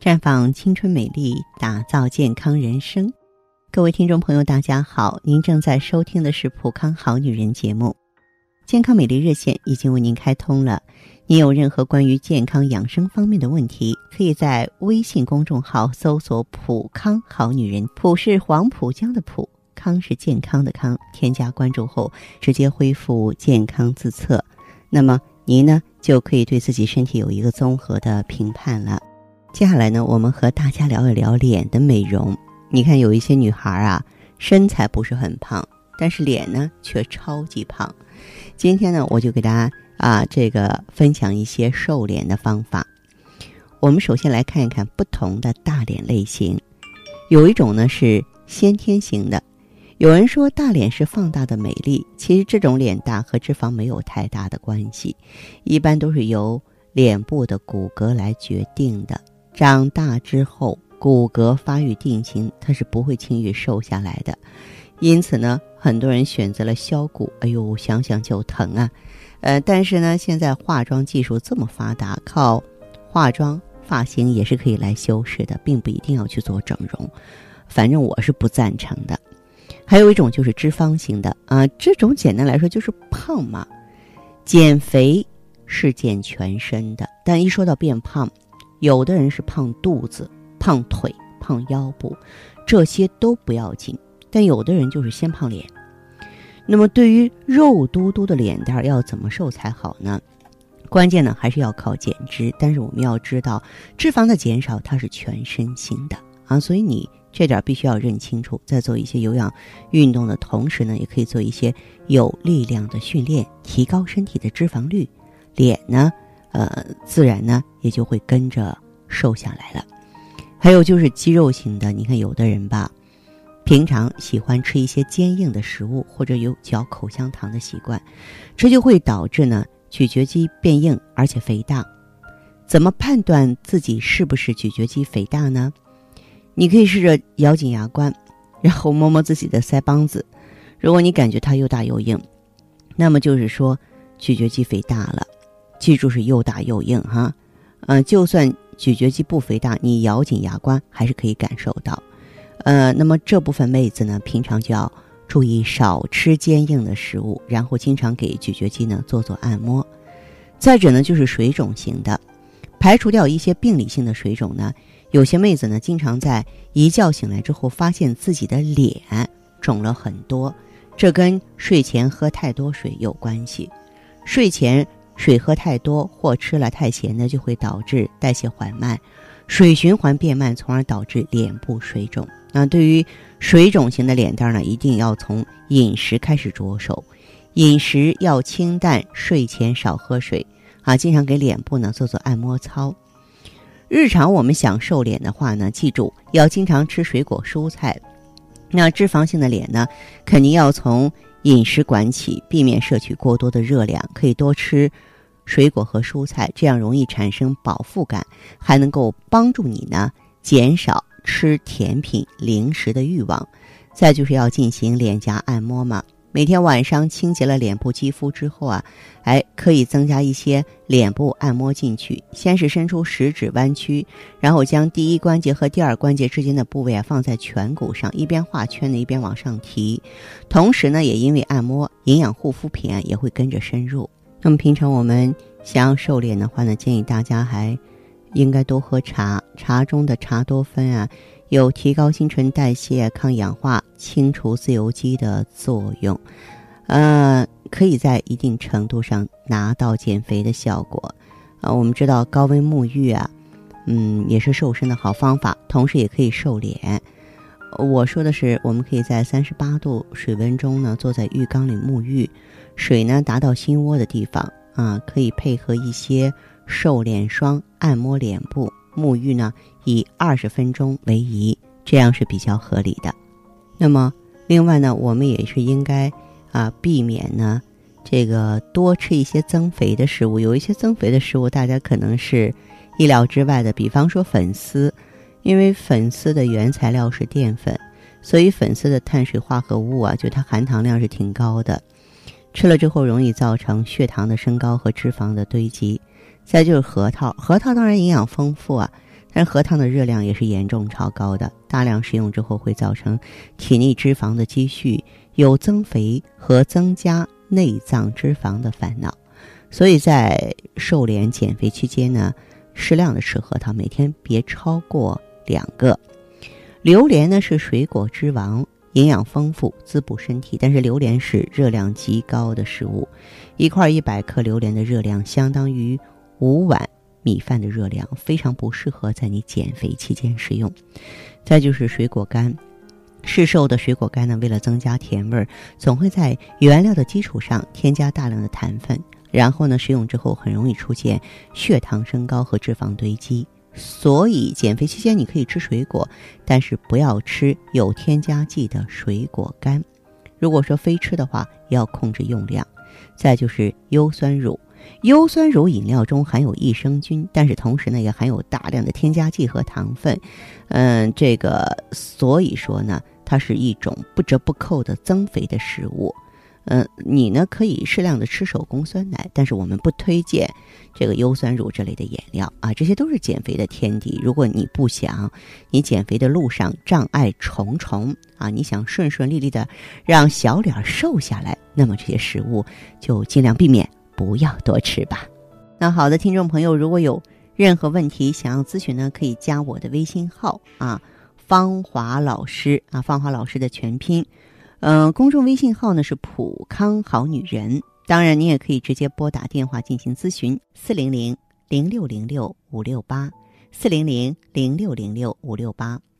绽放青春美丽，打造健康人生。各位听众朋友大家好，您正在收听的是普康好女人节目。健康美丽热线已经为您开通了，您有任何关于健康养生方面的问题，可以在微信公众号搜索普康好女人，普是黄浦江的普，康是健康的康，添加关注后直接恢复健康自测，那么您呢就可以对自己身体有一个综合的评判了。接下来呢，我们和大家聊一聊脸的美容。你看有一些女孩啊，身材不是很胖，但是脸呢却超级胖。今天呢，我就给大家分享一些瘦脸的方法。我们首先来看一看不同的大脸类型。有一种呢是先天型的，有人说大脸是放大的美丽，其实这种脸大和脂肪没有太大的关系，一般都是由脸部的骨骼来决定的。长大之后骨骼发育定型，它是不会轻易瘦下来的，因此呢很多人选择了削骨，哎呦想想就疼啊。但是呢现在化妆技术这么发达，靠化妆发型也是可以来修饰的，并不一定要去做整容，反正我是不赞成的。还有一种就是脂肪型的这种简单来说就是胖嘛。减肥是减全身的，但一说到变胖，有的人是胖肚子、胖腿、胖腰部，这些都不要紧，但有的人就是先胖脸。那么对于肉嘟嘟的脸蛋要怎么瘦才好呢？关键呢还是要靠减脂，但是我们要知道脂肪的减少它是全身性的所以你这点必须要认清楚。在做一些有氧运动的同时呢，也可以做一些有力量的训练，提高身体的脂肪率，脸呢自然呢也就会跟着瘦下来了。还有就是肌肉型的，你看有的人吧，平常喜欢吃一些坚硬的食物，或者有嚼口香糖的习惯，这就会导致呢咀嚼肌变硬而且肥大。怎么判断自己是不是咀嚼肌肥大呢？你可以试着咬紧牙关，然后摸摸自己的腮帮子，如果你感觉它又大又硬，那么就是说咀嚼肌肥大了。记住是又大又硬哈，就算咀嚼肌不肥大，你咬紧牙关还是可以感受到。那么这部分妹子呢，平常就要注意少吃坚硬的食物，然后经常给咀嚼肌呢做按摩。再者呢，就是水肿型的，排除掉一些病理性的水肿呢，有些妹子呢，经常在一觉醒来之后，发现自己的脸肿了很多，这跟睡前喝太多水有关系。睡前水喝太多或吃了太咸的，就会导致代谢缓慢，水循环变慢，从而导致脸部水肿。那对于水肿型的脸蛋呢，一定要从饮食开始着手，饮食要清淡，睡前少喝水经常给脸部呢做按摩操。日常我们想瘦脸的话呢，记住要经常吃水果蔬菜。那脂肪性的脸呢，肯定要从饮食管起，避免摄取过多的热量，可以多吃水果和蔬菜，这样容易产生饱腹感，还能够帮助你呢减少吃甜品零食的欲望。再就是要进行脸颊按摩嘛，每天晚上清洁了脸部肌肤之后可以增加一些脸部按摩进去。先是伸出食指弯曲，然后将第一关节和第二关节之间的部位放在颧骨上，一边画圈的一边往上提。同时呢，也因为按摩，营养护肤品也会跟着深入。那么平常我们想要瘦脸的话呢，建议大家还应该多喝茶，茶中的茶多酚有提高新陈代谢、抗氧化、清除自由基的作用，可以在一定程度上拿到减肥的效果。我们知道高温沐浴也是瘦身的好方法，同时也可以瘦脸。我说的是，我们可以在38度水温中呢，坐在浴缸里沐浴，水呢达到心窝的地方可以配合一些瘦脸霜按摩脸部，沐浴呢以20分钟为宜，这样是比较合理的。那么另外呢，我们也是应该避免呢多吃一些增肥的食物。有一些增肥的食物大家可能是意料之外的，比方说粉丝，因为粉丝的原材料是淀粉，所以粉丝的碳水化合物就它含糖量是挺高的，吃了之后容易造成血糖的升高和脂肪的堆积。再就是核桃，核桃当然营养丰富但是核糖的热量也是严重超高的，大量食用之后会造成体内脂肪的积蓄，有增肥和增加内脏脂肪的烦恼。所以在瘦脸减肥期间呢，适量的吃核桃，每天别超过2个。榴莲呢是水果之王，营养丰富，滋补身体，但是榴莲是热量极高的食物，一块100克榴莲的热量相当于5碗米饭的热量，非常不适合在你减肥期间食用。再就是水果干，市售的水果干呢，为了增加甜味，总会在原料的基础上添加大量的糖分，然后呢，食用之后很容易出现血糖升高和脂肪堆积。所以减肥期间你可以吃水果，但是不要吃有添加剂的水果干。如果说非吃的话，也要控制用量。再就是优酸乳，优酸乳饮料中含有益生菌，但是同时呢，也含有大量的添加剂和糖分。所以说呢，它是一种不折不扣的增肥的食物。你呢可以适量的吃手工酸奶，但是我们不推荐这个优酸乳这类的饮料啊，这些都是减肥的天敌。如果你不想你减肥的路上障碍重重啊，你想顺顺利利的让小脸瘦下来，那么这些食物就尽量避免，不要多吃吧。那好的，听众朋友，如果有任何问题想要咨询呢，可以加我的微信号啊，芳华老师啊，芳华老师的全拼。公众微信号呢是普康好女人，当然你也可以直接打电话进行咨询，400-0606-568，400-0606-568。